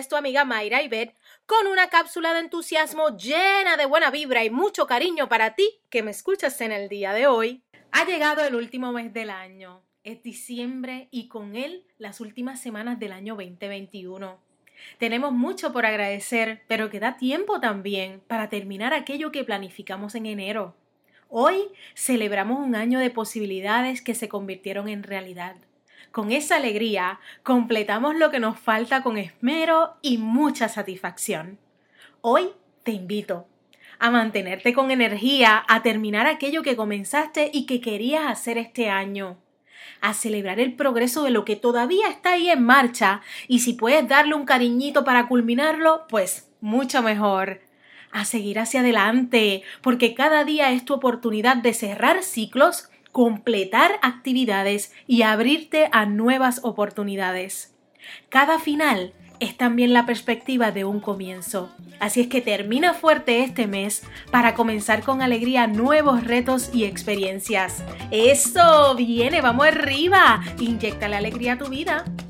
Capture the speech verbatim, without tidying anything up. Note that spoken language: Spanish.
es tu amiga Mayra Ibet con una cápsula de entusiasmo llena de buena vibra y mucho cariño para ti que me escuchas en el día de hoy. Ha llegado el último mes del año, es diciembre y con él las últimas semanas del año veinte veintiuno. Tenemos mucho por agradecer, pero queda tiempo también para terminar aquello que planificamos en enero. Hoy celebramos un año de posibilidades que se convirtieron en realidad. Con esa alegría, completamos lo que nos falta con esmero y mucha satisfacción. Hoy te invito a mantenerte con energía, a terminar aquello que comenzaste y que querías hacer este año, a celebrar el progreso de lo que todavía está ahí en marcha y si puedes darle un cariñito para culminarlo, pues mucho mejor. A seguir hacia adelante, porque cada día es tu oportunidad de cerrar ciclos, completar actividades y abrirte a nuevas oportunidades. Cada final es también la perspectiva de un comienzo. Así es que termina fuerte este mes para comenzar con alegría nuevos retos y experiencias. ¡Eso! ¡Viene! ¡Vamos arriba! Inyéctale alegría a tu vida.